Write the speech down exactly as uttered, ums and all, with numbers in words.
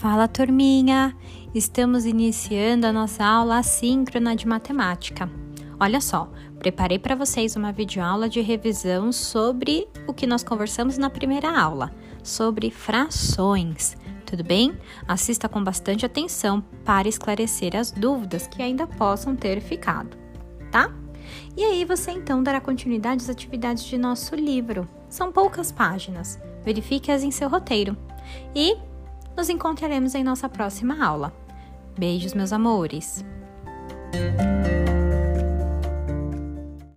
Fala, turminha! Estamos iniciando a nossa aula assíncrona de matemática. Olha só, preparei para vocês uma videoaula de revisão sobre o que nós conversamos na primeira aula, sobre frações. Tudo bem? Assista com bastante atenção para esclarecer as dúvidas que ainda possam ter ficado, tá? E aí você então dará continuidade às atividades de nosso livro. São poucas páginas, verifique-as em seu roteiro. E nos encontraremos em nossa próxima aula. Beijos, meus amores!